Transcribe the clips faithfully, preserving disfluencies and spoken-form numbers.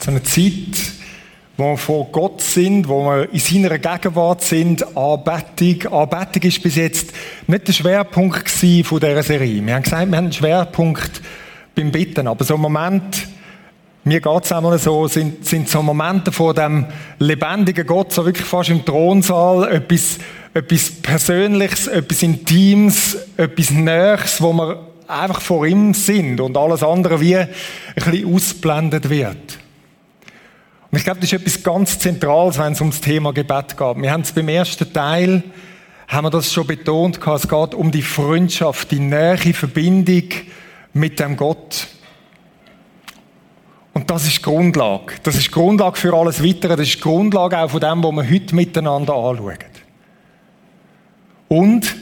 So eine Zeit, wo wir vor Gott sind, wo wir in seiner Gegenwart sind, Anbetung. Anbetung ist bis jetzt nicht der Schwerpunkt von dieser Serie. Wir haben gesagt, wir haben einen Schwerpunkt beim Bitten, aber so ein Moment, mir geht es einmal so, sind, sind so Momente vor dem lebendigen Gott, so wirklich fast im Thronsaal, etwas, etwas Persönliches, etwas Intimes, etwas Nächstes, wo wir einfach vor ihm sind und alles andere wie ein bisschen ausblendet wird. Und ich glaube, das ist etwas ganz Zentrales, wenn es ums Thema Gebet geht. Wir haben es beim ersten Teil, haben wir das schon betont, es geht um die Freundschaft, die nähe Verbindung mit dem Gott. Und das ist die Grundlage. Das ist die Grundlage für alles Weitere. Das ist die Grundlage auch von dem, was wir heute miteinander anschauen. Und,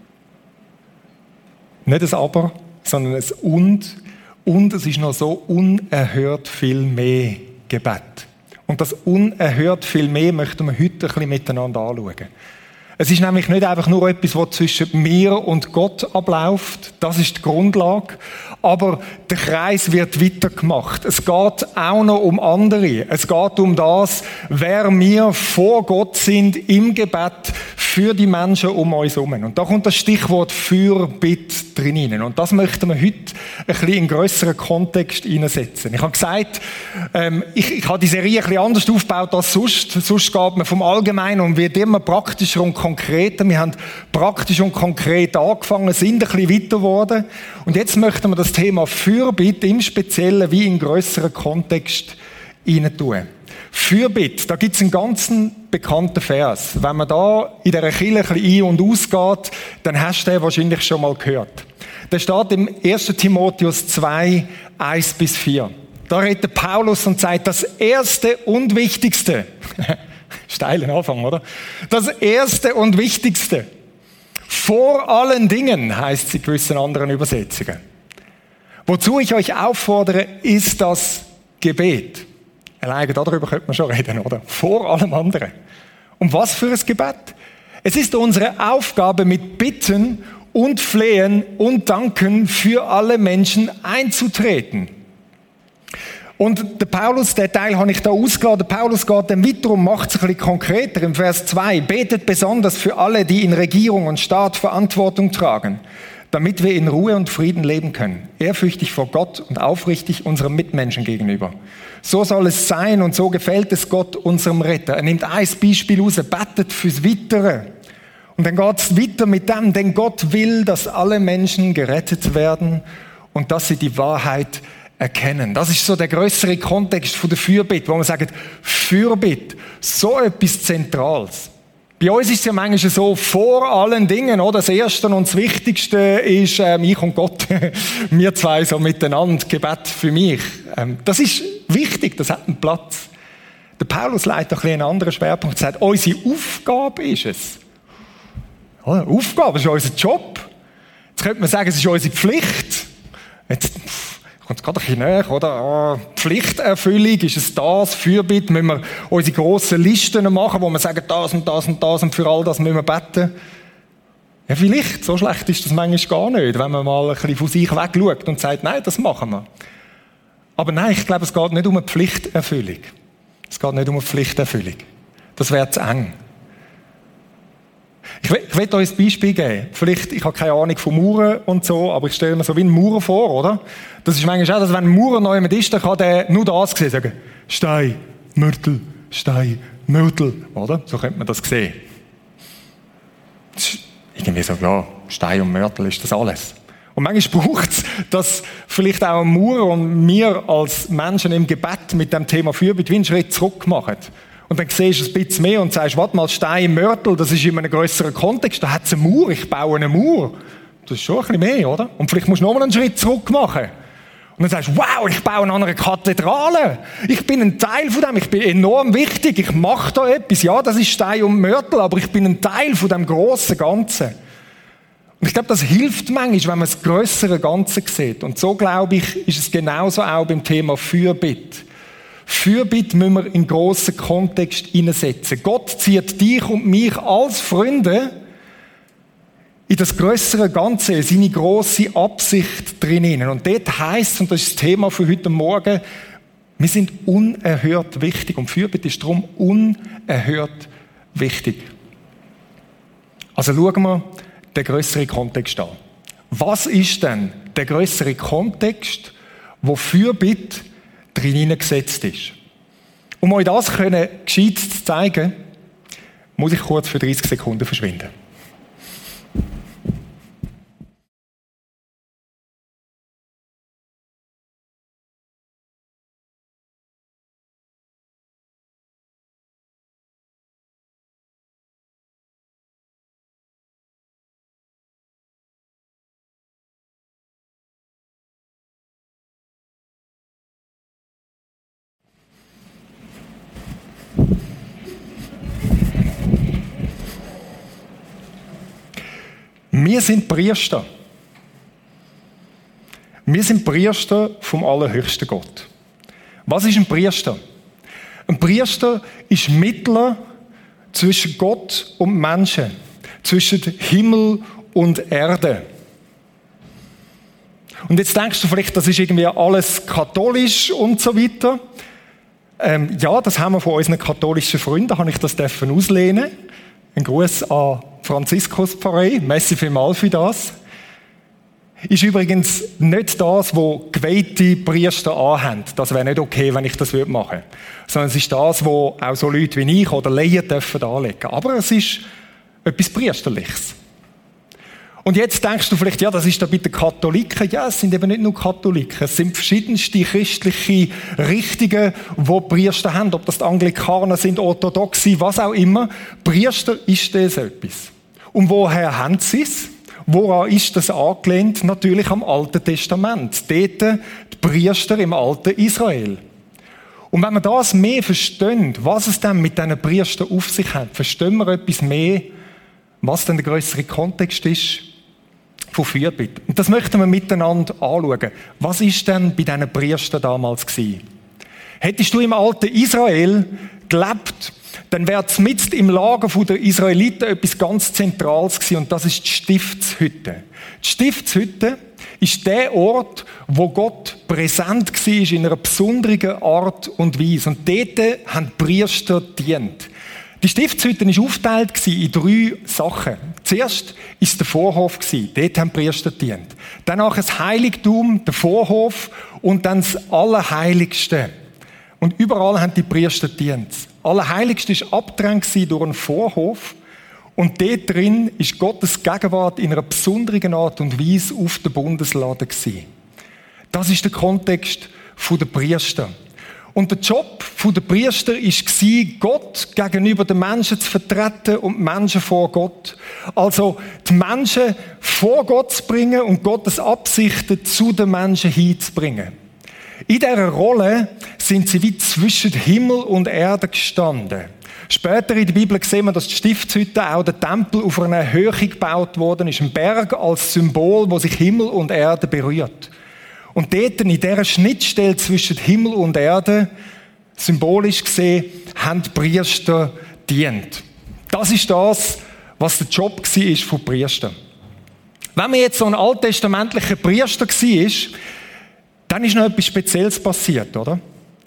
nicht ein Aber, sondern ein Und. Und es ist noch so unerhört viel mehr Gebet. Und das unerhört viel mehr möchten wir heute ein bisschen miteinander anschauen. Es ist nämlich nicht einfach nur etwas, was zwischen mir und Gott abläuft. Das ist die Grundlage. Aber der Kreis wird weitergemacht. Es geht auch noch um andere. Es geht um das, wer wir vor Gott sind im Gebet für die Menschen um uns herum. Und da kommt das Stichwort Fürbitte drin hinein. Und das möchten wir heute ein bisschen in einen grösseren Kontext hineinsetzen. Ich habe gesagt, ähm, ich, ich habe die Serie ein bisschen anders aufgebaut als sonst. Sonst geht man vom Allgemeinen und wird immer praktischer und konkreter. Wir haben praktisch und konkret angefangen, sind ein bisschen weiter geworden. Und jetzt möchten wir das Thema Fürbitte im Speziellen wie in einen grösseren Kontext hinein tun. Fürbitte, da gibt es einen ganz bekannten Vers. Wenn man da in dieser Kirche ein bisschen ein- und ausgeht, dann hast du den wahrscheinlich schon mal gehört. Der steht im ersten Timotheus zwei, eins bis vier. Da redet Paulus und sagt, das Erste und Wichtigste, steilen Anfang, oder? Das Erste und Wichtigste, vor allen Dingen, heißt es in gewissen anderen Übersetzungen. Wozu ich euch auffordere, ist das Gebet. Alleine darüber könnte man schon reden, oder? Vor allem anderen. Und was für ein Gebet? Es ist unsere Aufgabe, mit Bitten und Flehen und Danken für alle Menschen einzutreten. Und der Paulus, der Teil habe ich da ausgeladen. Der Paulus geht dann weiter und macht es ein bisschen konkreter. Im Vers zwei, betet besonders für alle, die in Regierung und Staat Verantwortung tragen, damit wir in Ruhe und Frieden leben können, ehrfürchtig vor Gott und aufrichtig unseren Mitmenschen gegenüber. So soll es sein und so gefällt es Gott, unserem Retter. Er nimmt ein Beispiel raus, betet fürs Weitere. Und dann geht es weiter mit dem, denn Gott will, dass alle Menschen gerettet werden und dass sie die Wahrheit erkennen. Das ist so der grössere Kontext von der Fürbitte, wo man sagt, Fürbitte, so etwas Zentrales. Bei uns ist es ja manchmal so, vor allen Dingen, oder? Das Erste und das Wichtigste ist ähm, ich und Gott. Wir zwei so miteinander, Gebet für mich. Ähm, das ist wichtig, das hat einen Platz. Der Paulus leitet ein bisschen einen anderen Schwerpunkt. Er sagt, unsere Aufgabe ist es. Oder? Aufgabe ist unser Job. Jetzt könnte man sagen, es ist unsere Pflicht. Jetzt kommt es gerade ein bisschen näher, oder? Oh, Pflichterfüllung, ist es das? Fürbitte, müssen wir unsere grossen Listen machen, wo wir sagen, das und das und das und für all das müssen wir beten? Ja, vielleicht. So schlecht ist das manchmal gar nicht, wenn man mal ein bisschen von sich wegschaut und sagt, nein, das machen wir. Aber nein, ich glaube, es geht nicht um eine Pflichterfüllung. Es geht nicht um eine Pflichterfüllung. Das wäre zu eng. Ich will, ich will euch ein Beispiel geben. Vielleicht, ich habe keine Ahnung von Mauern und so, aber ich stelle mir so wie einen Maurer vor, oder? Das ist manchmal auch, dass wenn ein Maurer neu mit ist, dann kann der nur das sehen, sagen, Stein, Mörtel, Stein, Mörtel, oder? So könnte man das sehen. Das ist irgendwie so, ja, Stein und Mörtel ist das alles. Und manchmal braucht es, dass vielleicht auch ein Maurer und wir als Menschen im Gebet mit dem Thema Fürbitte wie einen Schritt zurück machen. Und dann siehst du ein bisschen mehr und sagst, warte mal, Stein, Mörtel, das ist in einem grösseren Kontext, da hat es eine Mauer, ich baue eine Mauer. Das ist schon ein bisschen mehr, oder? Und vielleicht musst du noch mal einen Schritt zurück machen. Und dann sagst du, wow, ich baue an einer Kathedrale. Ich bin ein Teil von dem, ich bin enorm wichtig, ich mache da etwas. Ja, das ist Stein und Mörtel, aber ich bin ein Teil von dem grossen Ganzen. Und ich glaube, das hilft manchmal, wenn man das grössere Ganze sieht. Und so, glaube ich, ist es genauso auch beim Thema Fürbitte. Fürbitte müssen wir in einen grossen Kontext hineinsetzen. Gott zieht dich und mich als Freunde in das grössere Ganze, seine grosse Absicht drin. Und dort heisst, und das ist das Thema für heute Morgen, Wir sind unerhört wichtig und Fürbitte ist darum unerhört wichtig. Also schauen wir den grösseren Kontext an. Was ist denn der grössere Kontext, wo Fürbitte drin hineingesetzt ist? Um euch das können, gescheit zu zeigen, muss ich kurz für dreißig Sekunden verschwinden. Wir sind Priester. Wir sind Priester vom allerhöchsten Gott. Was ist ein Priester? Ein Priester ist Mittler zwischen Gott und Menschen, zwischen Himmel und Erde. Und jetzt denkst du vielleicht, das ist irgendwie alles katholisch und so weiter. Ähm, ja, das haben wir von unseren katholischen Freunden, habe ich das dürfen auslehnen. Ein Gruß an Franziskus Pfarrei, merci vielmals für das. Ist übrigens nicht das, was geweihte Priester anhaben. Das wäre nicht okay, wenn ich das machen würde. Sondern es ist das, was auch so Leute wie ich oder Laien dürfen anlegen. Aber es ist etwas Priesterliches. Und jetzt denkst du vielleicht, ja, das ist da bei den Katholiken. Ja, es sind eben nicht nur Katholiken. Es sind verschiedenste christliche Richtungen, die Priester haben. Ob das die Anglikaner sind, Orthodoxe, was auch immer. Priester ist das etwas. Und woher haben sie es? Woran ist das angelehnt? Natürlich am Alten Testament. Dort die Priester im alten Israel. Und wenn wir das mehr verstehen, was es dann mit diesen Priestern auf sich hat, verstehen wir etwas mehr, was dann der grössere Kontext ist von Fürbitte. Und das möchten wir miteinander anschauen. Was ist denn bei diesen Priestern damals gewesen? Hättest du im alten Israel gelebt, dann wäre es mitten im Lager der Israeliten etwas ganz Zentrales gewesen, und das ist die Stiftshütte. Die Stiftshütte ist der Ort, wo Gott präsent war in einer besonderen Art und Weise. Und dort haben die Priester gedient. Die Stiftshütte war aufgeteilt in drei Sachen. Zuerst war es der Vorhof. Dort haben die Priester gedient. Danach das Heiligtum, der Vorhof und dann das Allerheiligste. Und überall haben die Priester gedient. Das Allerheiligste war abgetrennt durch einen Vorhof. Und dort drin ist Gottes Gegenwart in einer besonderen Art und Weise auf der Bundeslade gewesen. Das ist der Kontext der Priester. Und der Job der Priester war, Gott gegenüber den Menschen zu vertreten und die Menschen vor Gott. Also die Menschen vor Gott zu bringen und Gottes Absichten zu den Menschen hinzubringen. In dieser Rolle sind sie wie zwischen Himmel und Erde gestanden. Später in der Bibel sehen wir, dass die Stiftshütte, auch der Tempel, auf einer Höhe gebaut worden ist. Ein Berg als Symbol, wo sich Himmel und Erde berührt. Und dort, in dieser Schnittstelle zwischen Himmel und Erde, symbolisch gesehen, haben die Priester gedient. Das ist das, was der Job war von Priestern. Wenn man jetzt so ein alttestamentlicher Priester war, dann ist noch etwas Spezielles passiert, oder?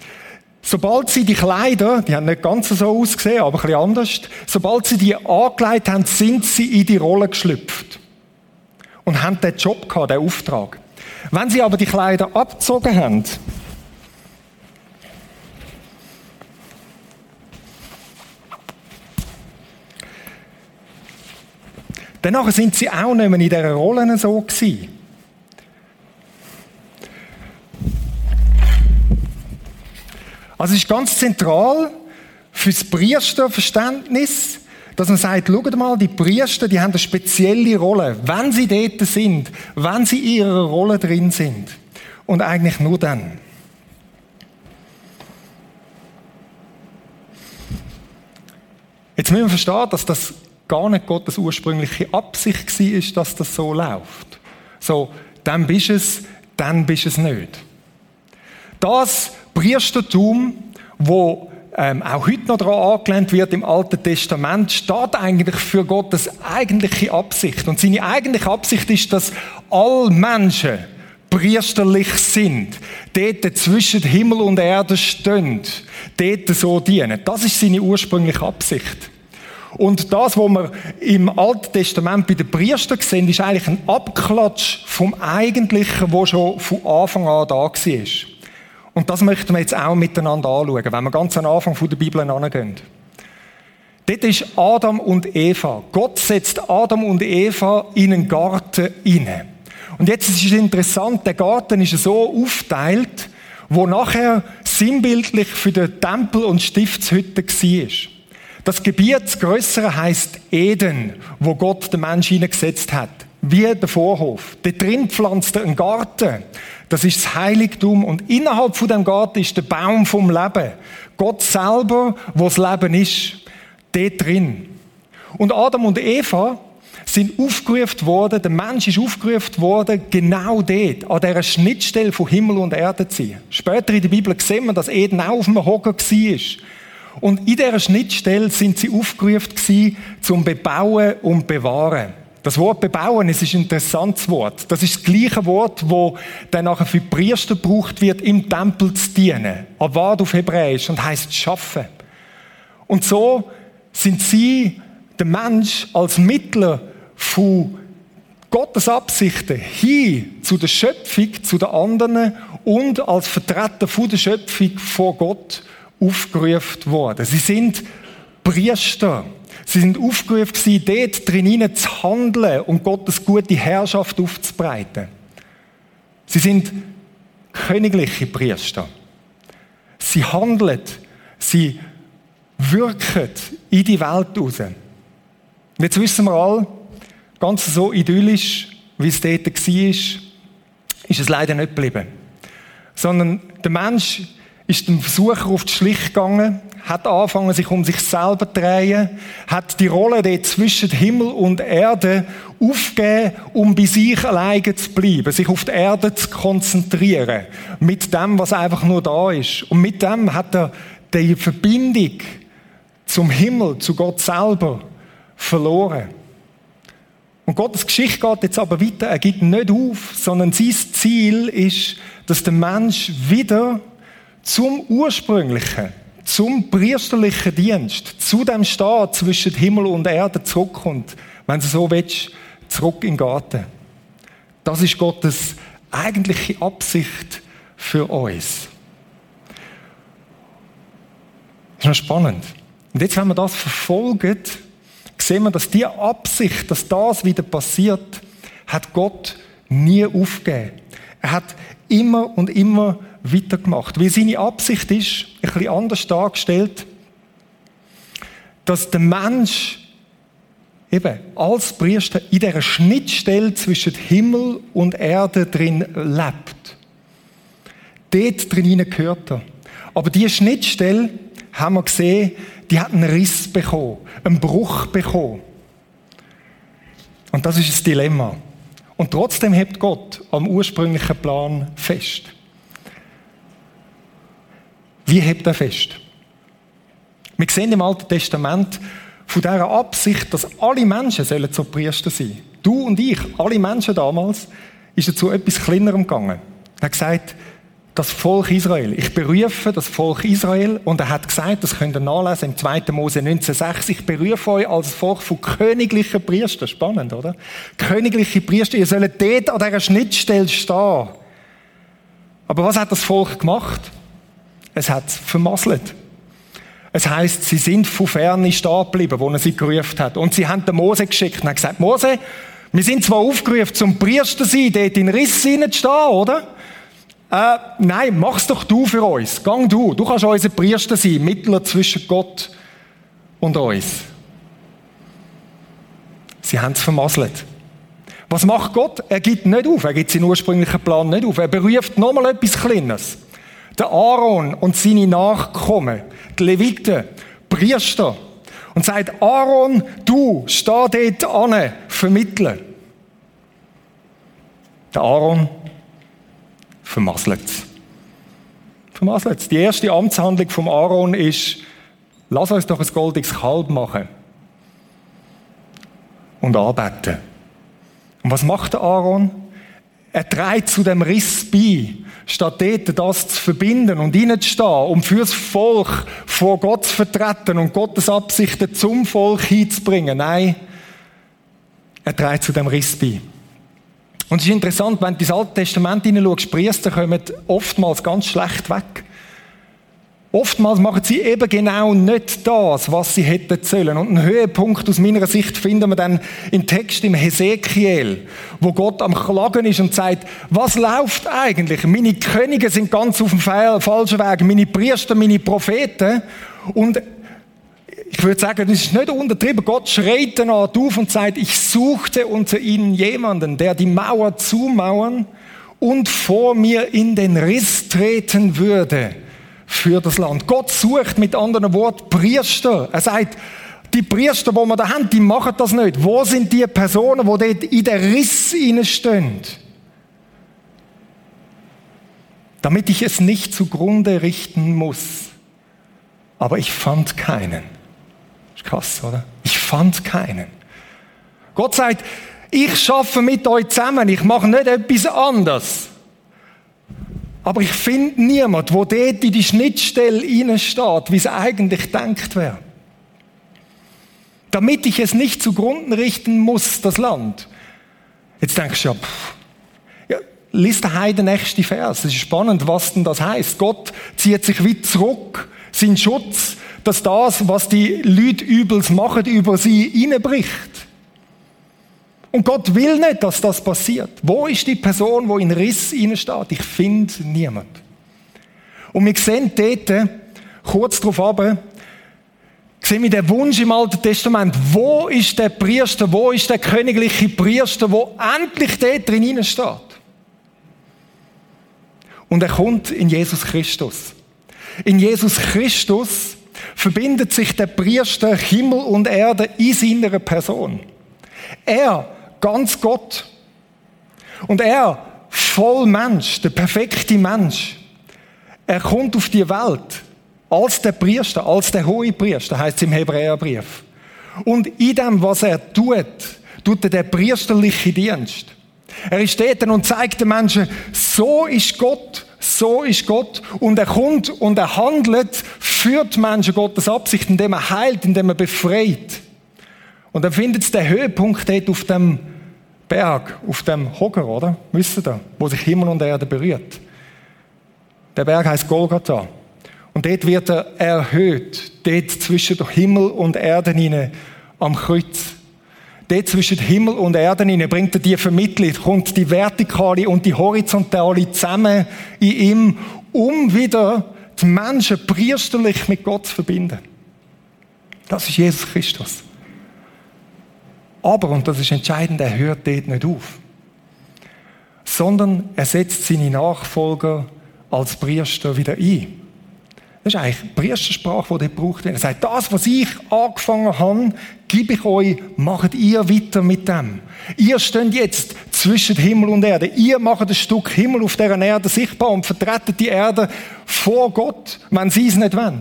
Sobald sie die Kleider, die haben nicht ganz so ausgesehen, aber ein bisschen anders, sobald sie die angelegt haben, sind sie in die Rolle geschlüpft. Und haben den Job gehabt, den Auftrag. Wenn sie aber die Kleider abgezogen haben, danach sind sie auch nicht mehr in dieser Rolle so gewesen. Also es ist ganz zentral für das Priesterverständnis, dass man sagt, schaut mal, die Priester, die haben eine spezielle Rolle, wenn sie dort sind, wenn sie in ihrer Rolle drin sind. Und eigentlich nur dann. Jetzt müssen wir verstehen, dass das gar nicht Gottes ursprüngliche Absicht war, dass das so läuft. So, dann bist es, dann bist es nicht. Das Priestertum, wo ähm, auch heute noch daran angelehnt wird im Alten Testament, steht eigentlich für Gottes eigentliche Absicht. Und seine eigentliche Absicht ist, dass alle Menschen priesterlich sind, dort zwischen Himmel und Erde stehen, dort so dienen. Das ist seine ursprüngliche Absicht. Und das, was wir im Alten Testament bei den Priestern sehen, ist eigentlich ein Abklatsch vom Eigentlichen, was schon von Anfang an da war. Und das möchten wir jetzt auch miteinander anschauen, wenn wir ganz am Anfang der Bibel herangehen. Dort ist Adam und Eva. Gott setzt Adam und Eva in einen Garten hinein. Und jetzt ist es interessant, der Garten ist so aufgeteilt, wo nachher sinnbildlich für den Tempel und Stiftshütte war. Das Gebiet, das Grössere, heisst Eden, wo Gott den Menschen hineingesetzt hat. Wie der Vorhof. Dort drin pflanzt er einen Garten. Das ist das Heiligtum. Und innerhalb von dem Garten ist der Baum vom Leben. Gott selber, wo das Leben ist. Dort drin. Und Adam und Eva sind aufgerufen worden, der Mensch ist aufgerufen worden, genau dort, an dieser Schnittstelle von Himmel und Erde zu sein. Später in der Bibel sehen wir, dass Eden auch auf einem Hocker war. Und in dieser Schnittstelle sind sie aufgerufen gewesen, zum Bebauen und Bewahren. Das Wort bebauen, es ist ein interessantes Wort. Das ist das gleiche Wort, das dann nachher für die Priester gebraucht wird, im Tempel zu dienen. Avad auf Hebräisch und heisst schaffen. Und so sind sie, der Mensch, als Mittler von Gottes Absichten hin zu der Schöpfung, zu den anderen und als Vertreter von der Schöpfung vor Gott aufgerufen worden. Sie sind Priester. Sie sind aufgerufen gewesen, dort drinnen zu handeln und Gottes gute Herrschaft aufzubreiten. Sie sind königliche Priester. Sie handeln, sie wirken in die Welt raus. Und jetzt wissen wir alle, ganz so idyllisch, wie es dort war, ist es leider nicht geblieben. Sondern der Mensch ist dem Versucher auf die Schliche gegangen, hat angefangen, sich um sich selber zu drehen, hat die Rolle dort zwischen Himmel und Erde aufgegeben, um bei sich alleine zu bleiben, sich auf die Erde zu konzentrieren, mit dem, was einfach nur da ist. Und mit dem hat er die Verbindung zum Himmel, zu Gott selber, verloren. Und Gottes Geschichte geht jetzt aber weiter. Er gibt nicht auf, sondern sein Ziel ist, dass der Mensch wieder zum ursprünglichen, zum priesterlichen Dienst, zu dem Staat zwischen Himmel und Erde zurückkommt, wenn du so willst, zurück in den Garten. Das ist Gottes eigentliche Absicht für uns. Das ist noch spannend. Und jetzt, wenn wir das verfolgen, sehen wir, dass diese Absicht, dass das wieder passiert, hat Gott nie aufgegeben. Er hat immer und immer weitergemacht. Weil seine Absicht ist, ein bisschen anders dargestellt, dass der Mensch eben als Priester in dieser Schnittstelle zwischen Himmel und Erde drin lebt. Dort drin gehört er. Aber diese Schnittstelle, haben wir gesehen, die hat einen Riss bekommen, einen Bruch bekommen. Und das ist das Dilemma. Und trotzdem hält Gott am ursprünglichen Plan fest. Wie hält er fest? Wir sehen im Alten Testament von dieser Absicht, dass alle Menschen sollen so Priester sein. Du und ich, alle Menschen damals, ist er zu etwas Kleinerem gegangen. Er hat gesagt, das Volk Israel. Ich berufe das Volk Israel und er hat gesagt, das könnt ihr nachlesen im zweiten Mose neunzehn sechs, ich berufe euch als Volk von königlichen Priestern. Spannend, oder? Königliche Priester, ihr sollt dort an dieser Schnittstelle stehen. Aber was hat das Volk gemacht? Es hat es vermasselt. Es heisst, sie sind von Ferne stehen geblieben, wo er sie gerufen hat. Und sie haben den Mose geschickt und haben gesagt, Mose, wir sind zwar aufgerufen, zum Priester zu sein, dort in den Riss hineinzustehen, oder? Äh, nein, mach's doch du für uns. Gang du. Du kannst unser Priester sein, Mittler zwischen Gott und uns. Sie haben es vermasselt. Was macht Gott? Er gibt nicht auf. Er gibt seinen ursprünglichen Plan nicht auf. Er beruft nochmal etwas Kleines. Der Aaron und seine Nachkommen, die Leviten, Priester. Und sagt, Aaron, du, steh dort an, vermitteln. Der Aaron vermasselt es. Vermasselt es. Die erste Amtshandlung vom Aaron ist, lass uns doch ein goldiges Kalb machen und anbeten. Und was macht der Aaron? Er trägt zu dem Riss bei, statt dort das zu verbinden und reinzustehen, um fürs Volk vor Gott zu vertreten und Gottes Absichten zum Volk hinzubringen. Nein, er trägt zu dem Riss bei. Und es ist interessant, wenn du ins Alte Testament hineinschaust, Priester kommen oftmals ganz schlecht weg. Oftmals machen sie eben genau nicht das, was sie hätten sollen. Und einen Höhepunkt aus meiner Sicht finden wir dann im Text im Hesekiel, wo Gott am Klagen ist und sagt, was läuft eigentlich? Meine Könige sind ganz auf dem falschen Weg, meine Priester, meine Propheten. Und ich würde sagen, das ist nicht untertrieben. Gott schreit dann auf und sagt, ich suchte unter ihnen jemanden, der die Mauer zumauern und vor mir in den Riss treten würde für das Land. Gott sucht mit anderen Worten Priester. Er sagt, die Priester, die wir da haben, die machen das nicht. Wo sind die Personen, die dort in den Riss hineinstehen? Damit ich es nicht zugrunde richten muss. Aber ich fand keinen. Ist krass, oder? Ich fand keinen. Gott sagt, ich schaffe mit euch zusammen, ich mache nicht etwas anderes. Aber ich finde niemanden, der dort in die Schnittstelle reinsteht, wie es eigentlich gedacht wäre. Damit ich es nicht zugrunde richten muss, das Land. Jetzt denkst du ja, pff, ja lies daheim den nächsten Vers. Es ist spannend, was denn das heisst. Gott zieht sich wie zurück, sein Schutz, dass das, was die Leute Übels machen, über sie hineinbricht. Und Gott will nicht, dass das passiert. Wo ist die Person, die in den Riss hineinsteht? Ich finde niemanden. Und wir sehen dort, kurz darauf runter, sehen wir den Wunsch im Alten Testament. Wo ist der Priester, wo ist der königliche Priester, der endlich dort drin hineinsteht? Und er kommt in Jesus Christus. In Jesus Christus verbindet sich der Priester Himmel und Erde in seiner Person. Er, ganz Gott. Und er, voll Mensch, der perfekte Mensch. Er kommt auf die Welt als der Priester, als der hohe Priester, heißt es im Hebräerbrief. Und in dem, was er tut, tut er den priesterlichen Dienst. Er ist dort und zeigt den Menschen, so ist Gott, so ist Gott. Und er kommt und er handelt für die Menschen Gottes Absicht, indem er heilt, indem er befreit. Und dann findet es den Höhepunkt dort auf dem Berg, auf dem Hocker, oder? Wisst ihr da? Wo sich Himmel und Erde berührt. Der Berg heißt Golgatha. Und dort wird er erhöht. Dort zwischen Himmel und Erde hinein am Kreuz. Dort zwischen Himmel und Erde hinein bringt er die Vermittlung, kommt die Vertikale und die Horizontale zusammen in ihm, um wieder die Menschen priesterlich mit Gott zu verbinden. Das ist Jesus Christus. Aber, und das ist entscheidend, er hört dort nicht auf. Sondern er setzt seine Nachfolger als Priester wieder ein. Das ist eigentlich die Priestersprache, die dort gebraucht wird. Er sagt, das, was ich angefangen habe, gebe ich euch, macht ihr weiter mit dem. Ihr steht jetzt zwischen Himmel und Erde. Ihr macht ein Stück Himmel auf dieser Erde sichtbar und vertretet die Erde vor Gott, wenn sie es nicht wollen.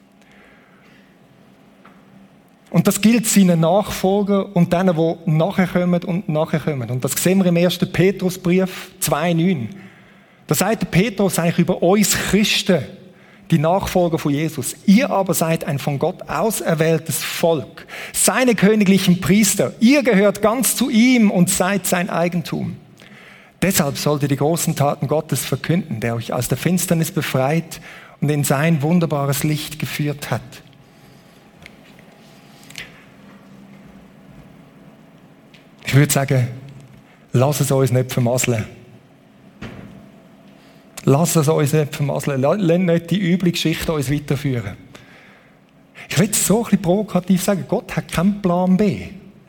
Und das gilt seinen Nachfolgern und denen, die nachher kommen und nachher kommen. Und das sehen wir im ersten Petrusbrief zwei neun. Da sagt der Petrus eigentlich über uns Christen, die Nachfolger von Jesus. Ihr aber seid ein von Gott auserwähltes Volk, seine königlichen Priester. Ihr gehört ganz zu ihm und seid sein Eigentum. Deshalb sollt ihr die großen Taten Gottes verkünden, der euch aus der Finsternis befreit und in sein wunderbares Licht geführt hat. Ich würde sagen, lass es uns nicht vermasseln. Lass es uns nicht vermasseln. Lass nicht die üble Geschichte uns weiterführen. Ich will es so ein bisschen provokativ sagen, Gott hat keinen Plan B.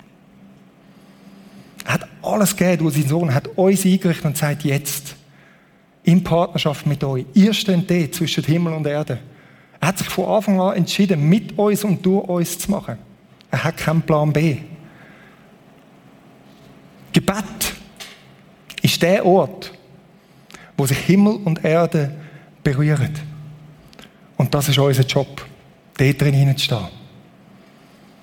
Er hat alles gegeben durch seinen Sohn, hat uns eingerichtet und sagt, jetzt, in Partnerschaft mit euch, ihr steht dort zwischen Himmel und Erde. Er hat sich von Anfang an entschieden, mit uns und durch uns zu machen. Er hat keinen Plan B. Gebet ist der Ort, wo sich Himmel und Erde berühren. Und das ist unser Job, dort drin hineinzustehen.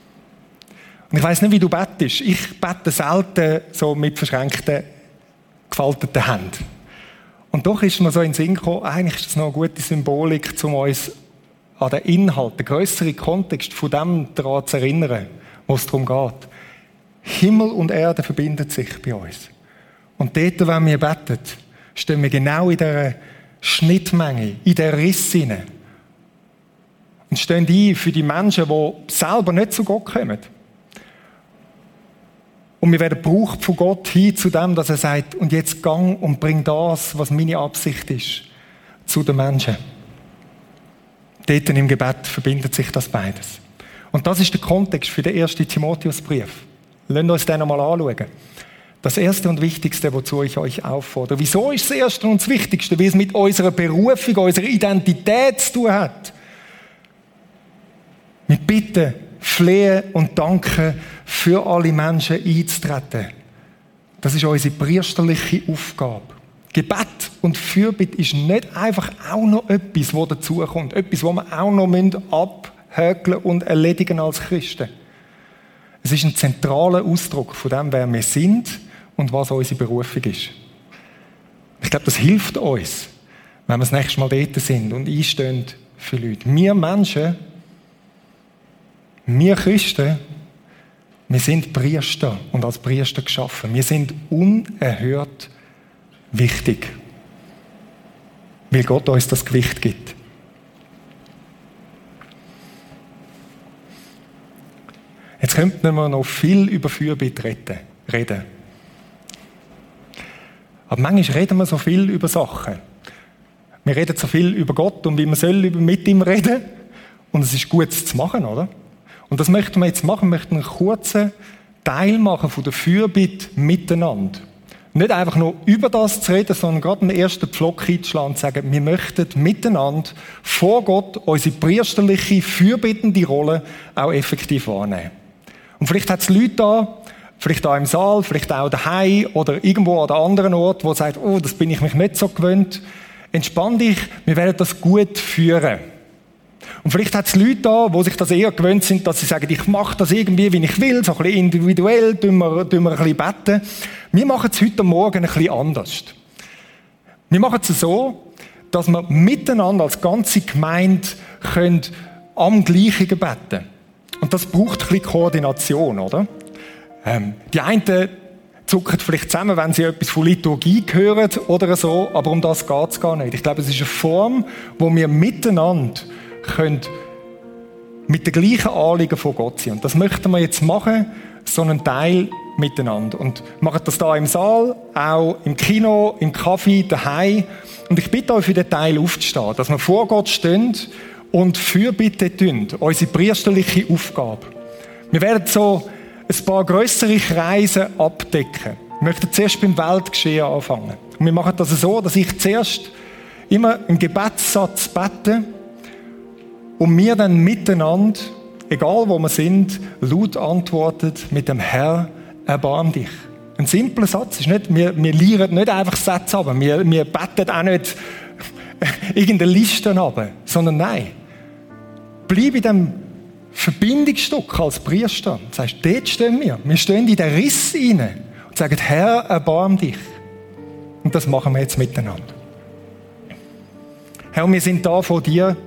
Und ich weiss nicht, wie du bettest. Ich bete selten so mit verschränkten gefalteten Händen. Und doch ist mir so in den Sinn gekommen, eigentlich ist das noch eine gute Symbolik, um uns an den Inhalt, den grösseren Kontext von dem daran zu erinnern, wo es darum geht. Himmel und Erde verbinden sich bei uns. Und dort, wenn wir beten, stehen wir genau in dieser Schnittmenge, in dieser Riss hinein. Und stehen ein für die Menschen, die selber nicht zu Gott kommen. Und wir werden gebraucht von Gott hin zu dem, dass er sagt, und jetzt gang und bring das, was meine Absicht ist, zu den Menschen. Dort im Gebet verbindet sich das beides. Und das ist der Kontext für den ersten Timotheusbrief. Lasst uns den einmal anschauen. Das Erste und Wichtigste, wozu ich euch auffordere. Wieso ist das Erste und das Wichtigste? Weil es mit unserer Berufung, unserer Identität zu tun hat. Mit Bitten, Flehen und Danken für alle Menschen einzutreten. Das ist unsere priesterliche Aufgabe. Gebet und Fürbitte ist nicht einfach auch noch etwas, das dazukommt. Etwas, das wir auch noch abhäkeln und erledigen als Christen. Es ist ein zentraler Ausdruck von dem, wer wir sind und was unsere Berufung ist. Ich glaube, das hilft uns, wenn wir das nächste Mal dort sind und einstehen für Leute. Wir Menschen, wir Christen, wir sind Priester und als Priester geschaffen. Wir sind unerhört wichtig, weil Gott uns das Gewicht gibt. Jetzt könnten wir noch viel über Fürbitte reden. Aber manchmal reden wir so viel über Sachen. Wir reden so viel über Gott und wie man soll mit ihm reden. Und es ist gut zu machen, oder? Und das möchten wir jetzt machen. Wir möchten einen kurzen Teil machen von der Fürbitte miteinander. Nicht einfach nur über das zu reden, sondern gerade einen ersten Pflock einzuschlagen und zu sagen, wir möchten miteinander vor Gott unsere priesterliche, fürbittende Rolle auch effektiv wahrnehmen. Und vielleicht hat es Leute da, vielleicht auch im Saal, vielleicht auch daheim oder irgendwo an einem anderen Ort, wo sagt, oh, das bin ich mich nicht so gewöhnt. Entspann dich, wir werden das gut führen. Und vielleicht hat es Leute da, die sich das eher gewöhnt sind, dass sie sagen, ich mache das irgendwie, wie ich will, so ein bisschen individuell, tun wir, tun wir ein bisschen beten. Wir machen es heute Morgen ein bisschen anders. Wir machen es so, dass wir miteinander als ganze Gemeinde können am Gleichen beten. Und das braucht ein bisschen Koordination, oder? Ähm, die einen zucken vielleicht zusammen, wenn sie etwas von Liturgie hören oder so, aber um das geht es gar nicht. Ich glaube, es ist eine Form, wo wir miteinander können mit den gleichen Anliegen von Gott sein. Und das möchten wir jetzt machen, so einen Teil miteinander. Und machen das da im Saal, auch im Kino, im Café, daheim. Und ich bitte euch für den Teil aufzustehen, dass wir vor Gott stehen und Fürbitte tun, unsere priesterliche Aufgabe. Wir werden so ein paar grössere Kreise abdecken. Wir möchten zuerst beim Weltgeschehen anfangen. Und wir machen das so, dass ich zuerst immer einen Gebetssatz bete und wir dann miteinander, egal wo wir sind, laut antwortet mit dem Herr, erbarm dich. Ein simpler Satz. Ist nicht, wir, wir lieren nicht einfach Sätze ab, wir, wir beten auch nicht irgendeine Liste ab, sondern nein. Bleib in dem Verbindungsstück als Priester. Das heißt, dort stehen wir. Wir stehen in den Riss hinein und sagen, Herr, erbarm dich. Und das machen wir jetzt miteinander. Herr, wir sind da vor dir.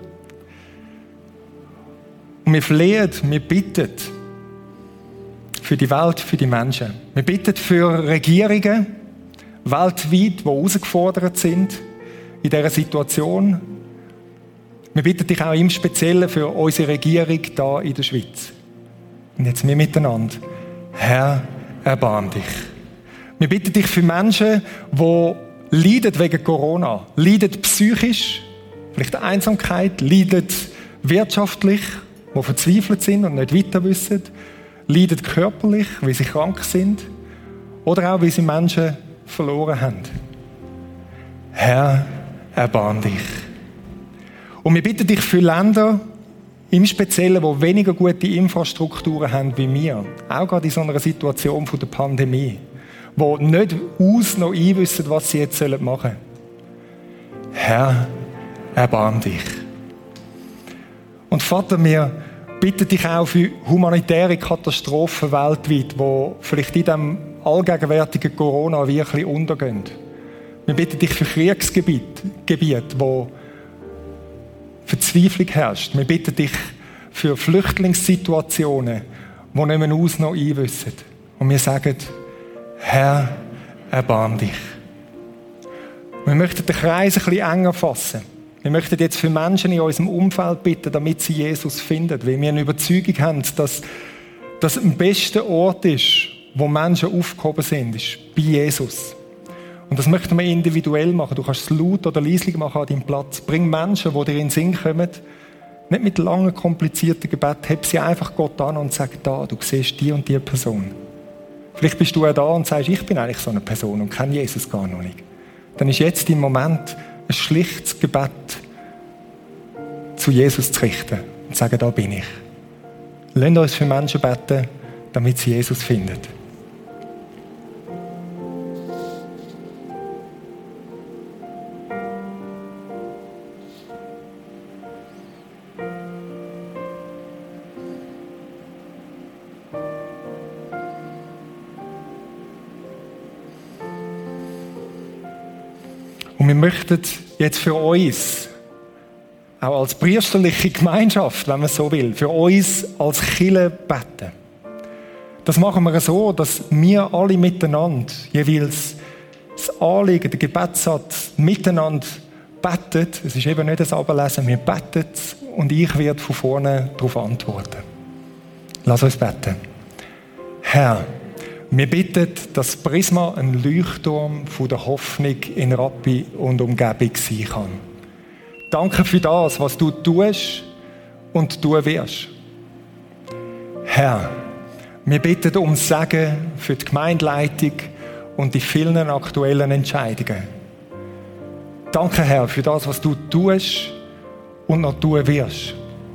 Und wir flehen, wir bitten für die Welt, für die Menschen. Wir bitten für Regierungen weltweit, die herausgefordert sind in dieser Situation. Wir bitten dich auch im Speziellen für unsere Regierung hier in der Schweiz. Und jetzt wir miteinander. Herr, erbarm dich. Wir bitten dich für Menschen, die leiden wegen Corona, leiden psychisch, vielleicht Einsamkeit, leiden wirtschaftlich, die verzweifelt sind und nicht weiter wissen, leiden körperlich, weil sie krank sind oder auch, weil sie Menschen verloren haben. Herr, erbarm dich. Und wir bitten dich für Länder, im Speziellen, die weniger gute Infrastrukturen haben wie wir, auch gerade in so einer Situation von der Pandemie, die nicht aus noch einwissen, was sie jetzt machen sollen. Herr, erbarm dich. Und Vater, wir bitten dich auch für humanitäre Katastrophen weltweit, die vielleicht in diesem allgegenwärtigen Corona wirklich untergehen. Wir bitten dich für Kriegsgebiete, Gebiete, wo Verzweiflung herrscht. Wir bitten dich für Flüchtlingssituationen, die nicht mehr aus noch einwissen. Und wir sagen, Herr, erbarm dich. Wir möchten den Kreis ein bisschen enger fassen. Wir möchten jetzt für Menschen in unserem Umfeld bitten, damit sie Jesus finden, weil wir eine Überzeugung haben, dass das der beste Ort ist, wo Menschen aufgehoben sind, ist bei Jesus. Und das möchten wir individuell machen. Du kannst es laut oder leislich machen an deinem Platz. Bring Menschen, die dir in den Sinn kommen, nicht mit langen, komplizierten Gebeten, heb sie einfach Gott an und sag, da, du siehst die und die Person. Vielleicht bist du auch da und sagst, ich bin eigentlich so eine Person und kenne Jesus gar noch nicht. Dann ist jetzt im Moment ein schlichtes Gebet zu Jesus zu richten und zu sagen, da bin ich. Lasst uns für Menschen beten, damit sie Jesus finden. Und wir möchten jetzt für uns, auch als priesterliche Gemeinschaft, wenn man so will, für uns als Kirche beten. Das machen wir so, dass wir alle miteinander jeweils das Anliegen, den Gebetssatz miteinander beten. Es ist eben nicht das Ablesen, wir beten und ich werde von vorne darauf antworten. Lass uns beten. Herr, wir bitten, dass Prisma ein Leuchtturm von der Hoffnung in Rappi und Umgebung sein kann. Danke für das, was du tust und tun wirst. Herr, wir bitten um Segen für die Gemeindeleitung und die vielen aktuellen Entscheidungen. Danke, Herr, für das, was du tust und noch tun wirst.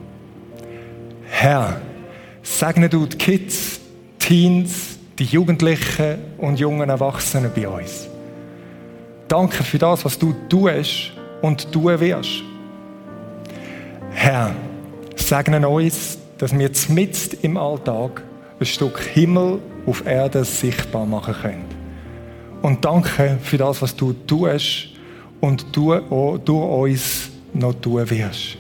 Herr, segne du die Kids, Teens, die Jugendlichen und jungen Erwachsenen bei uns. Danke für das, was du tust und tun wirst. Herr, segne uns, dass wir mitten im Alltag ein Stück Himmel auf Erde sichtbar machen können. Und danke für das, was du tust und du auch durch uns noch tun wirst.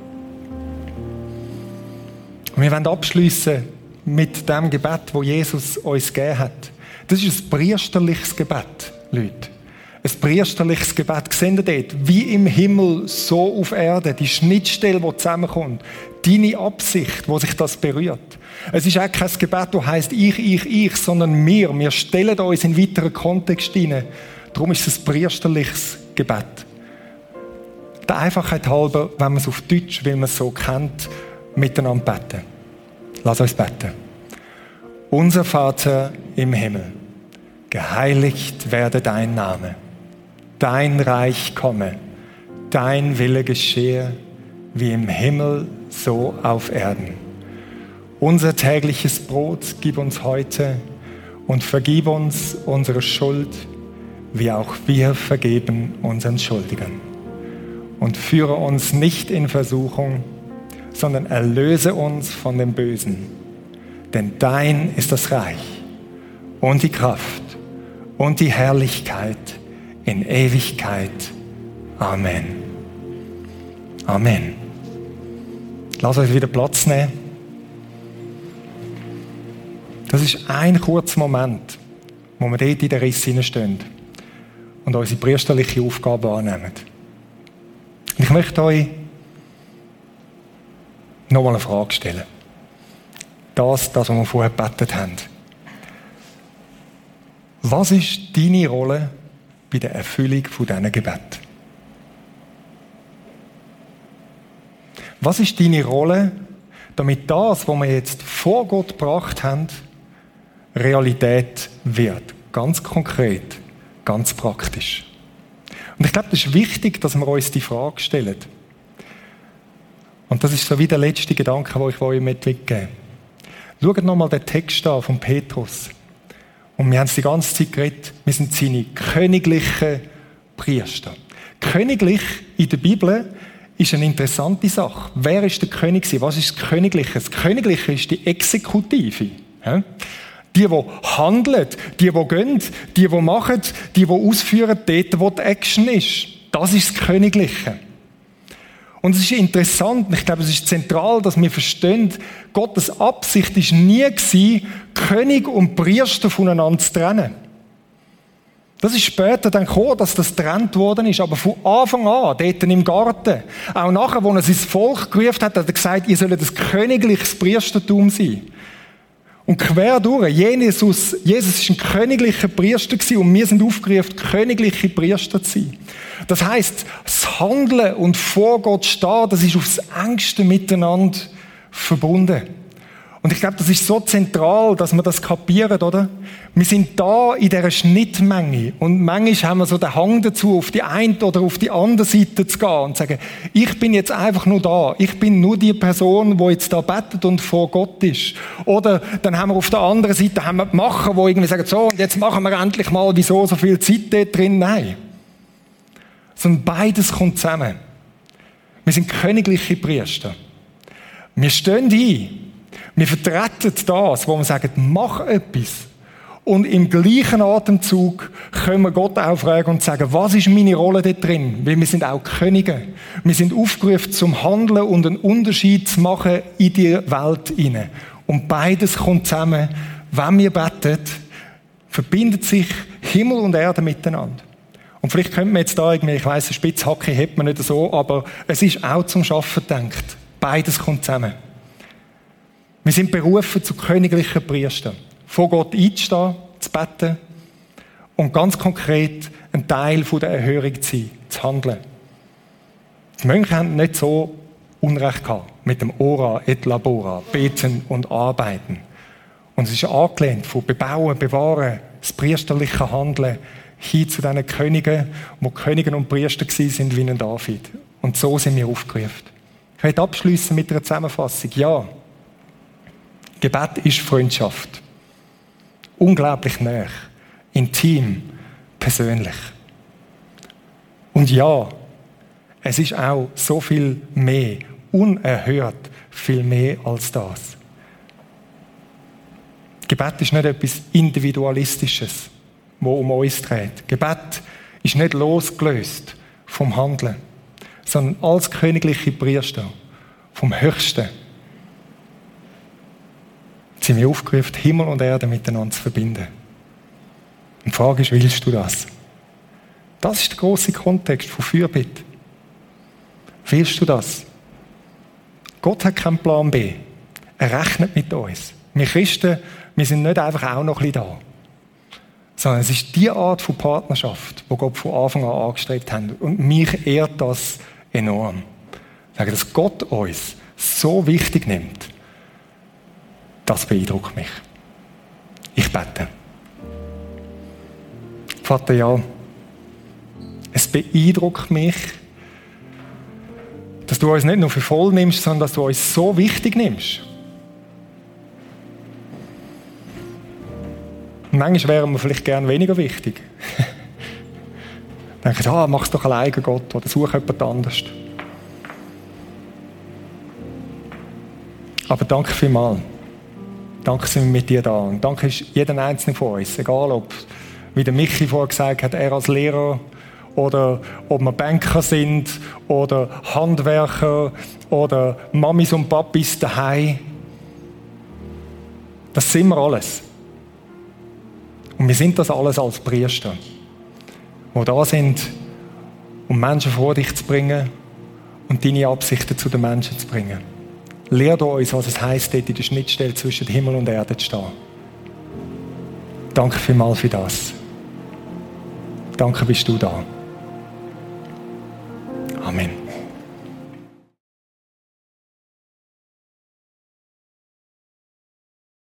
Und wir wollen abschliessen mit dem Gebet, das Jesus uns gegeben hat. Das ist ein priesterliches Gebet, Leute. Ein priesterliches Gebet. Seht ihr dort, wie im Himmel, so auf Erde, die Schnittstelle, die zusammenkommt, deine Absicht, wo sich das berührt. Es ist auch kein Gebet, das heisst ich, ich, ich, sondern wir. Wir stellen uns in weiteren Kontext hinein. Darum ist es ein priesterliches Gebet. Der Einfachheit halber, wenn man es auf Deutsch, weil man es so kennt, miteinander beten. Lass uns beten. Unser Vater im Himmel, geheiligt werde dein Name. Dein Reich komme, dein Wille geschehe, wie im Himmel, so auf Erden. Unser tägliches Brot gib uns heute und vergib uns unsere Schuld, wie auch wir vergeben unseren Schuldigern. Und führe uns nicht in Versuchung, sondern erlöse uns von dem Bösen. Denn dein ist das Reich und die Kraft und die Herrlichkeit in Ewigkeit. Amen. Amen. Lass uns wieder Platz nehmen. Das ist ein kurzer Moment, wo wir dort in der Riss stehen und unsere priesterliche Aufgabe wahrnehmen. Ich möchte euch nochmal eine Frage stellen. Das, das, was wir vorher gebetet haben. Was ist deine Rolle bei der Erfüllung von diesen Gebeten? Was ist deine Rolle, damit das, was wir jetzt vor Gott gebracht haben, Realität wird? Ganz konkret, ganz praktisch. Und ich glaube, das ist wichtig, dass wir uns die Frage stellen. Und das ist so wie der letzte Gedanke, den ich euch mitgeben. Schaut nochmal den Text an von Petrus. Und wir haben es die ganze Zeit geredet, wir sind seine königlichen Priester. Königlich in der Bibel ist eine interessante Sache. Wer ist der König? Was ist das Königliche? Das Königliche ist die Exekutive. Die, die handeln, die, die gehen, die, die machen, die, die ausführen, dort, wo die Action ist. Das ist das Königliche. Und es ist interessant, ich glaube, es ist zentral, dass wir verstehen, Gottes Absicht war nie gewesen, König und Priester voneinander zu trennen. Das ist später dann gekommen, dass das getrennt worden ist. Aber von Anfang an, dort im Garten, auch nachher, als er sein Volk gerufen hat, hat er gesagt, ihr sollt ein königliches Priestertum sein. Und quer durch, Jesus, Jesus war ein königlicher Priester gewesen und wir sind aufgerufen, königliche Priester zu sein. Das heisst, das Handeln und vor Gott stehen, das ist aufs Engste miteinander verbunden. Und ich glaube, das ist so zentral, dass wir das kapieren, oder? Wir sind da in dieser Schnittmenge. Und manchmal haben wir so den Hang dazu, auf die eine oder auf die andere Seite zu gehen und zu sagen, ich bin jetzt einfach nur da. Ich bin nur die Person, die jetzt da betet und vor Gott ist. Oder dann haben wir auf der anderen Seite haben wir die Macher, die irgendwie sagen, so, und jetzt machen wir endlich mal, wieso so viel Zeit dort drin? Nein. Sondern beides kommt zusammen. Wir sind königliche Priester. Wir stehen ein. Wir vertreten das, wo wir sagen, mach etwas. Und im gleichen Atemzug können wir Gott auch fragen und sagen, was ist meine Rolle dort drin? Weil wir sind auch Könige. Wir sind aufgerufen zum Handeln und einen Unterschied zu machen in die Welt hinein. Und beides kommt zusammen. Wenn wir beten, verbindet sich Himmel und Erde miteinander. Und vielleicht könnte man jetzt da irgendwie, ich weiss, eine Spitzhacke hat man nicht so, aber es ist auch zum Schaffen gedacht. Beides kommt zusammen. Wir sind berufen zu königlichen Priestern. Vor Gott einzustehen, zu beten und ganz konkret ein Teil der Erhörung zu sein, zu handeln. Die Mönche haben nicht so Unrecht gehabt mit dem Ora et Labora, beten und arbeiten. Und es ist angelehnt von bebauen, bewahren, das priesterliche Handeln hin zu diesen Königen, die Könige und Priester waren wie ein David. Und so sind wir aufgerufen. Ich möchte abschließen mit einer Zusammenfassung. Ja, Gebet ist Freundschaft. Unglaublich nah, intim, persönlich. Und ja, es ist auch so viel mehr, unerhört viel mehr als das. Gebet ist nicht etwas Individualistisches, das um uns dreht. Gebet ist nicht losgelöst vom Handeln, sondern als königliche Priester vom Höchsten sind wir aufgerufen, Himmel und Erde miteinander zu verbinden. Und die Frage ist, willst du das? Das ist der grosse Kontext von Fürbitte. Willst du das? Gott hat keinen Plan B. Er rechnet mit uns. Wir Christen, wir sind nicht einfach auch noch ein bisschen da. Sondern es ist die Art von Partnerschaft, die Gott von Anfang an angestrebt hat. Und mich ehrt das enorm. Ich sage, dass Gott uns so wichtig nimmt, das beeindruckt mich. Ich bete. Vater, ja, es beeindruckt mich, dass du uns nicht nur für voll nimmst, sondern dass du uns so wichtig nimmst. Und manchmal wären wir vielleicht gern weniger wichtig. Denken, ah, mach es doch alleine, Gott, oder such jemand anders. Aber danke vielmals. Danke, sind wir mit dir da. Und danke ist jeden Einzelnen von uns. Egal, ob, wie der Michi vorher gesagt hat, er als Lehrer oder ob wir Banker sind oder Handwerker oder Mamis und Papis daheim. Das sind wir alles. Und wir sind das alles als Priester, die da sind, um Menschen vor dich zu bringen und deine Absichten zu den Menschen zu bringen. Lehr uns, was es heisst, dort in der Schnittstelle zwischen Himmel und Erde zu stehen. Danke vielmals für das. Danke, bist du da. Amen.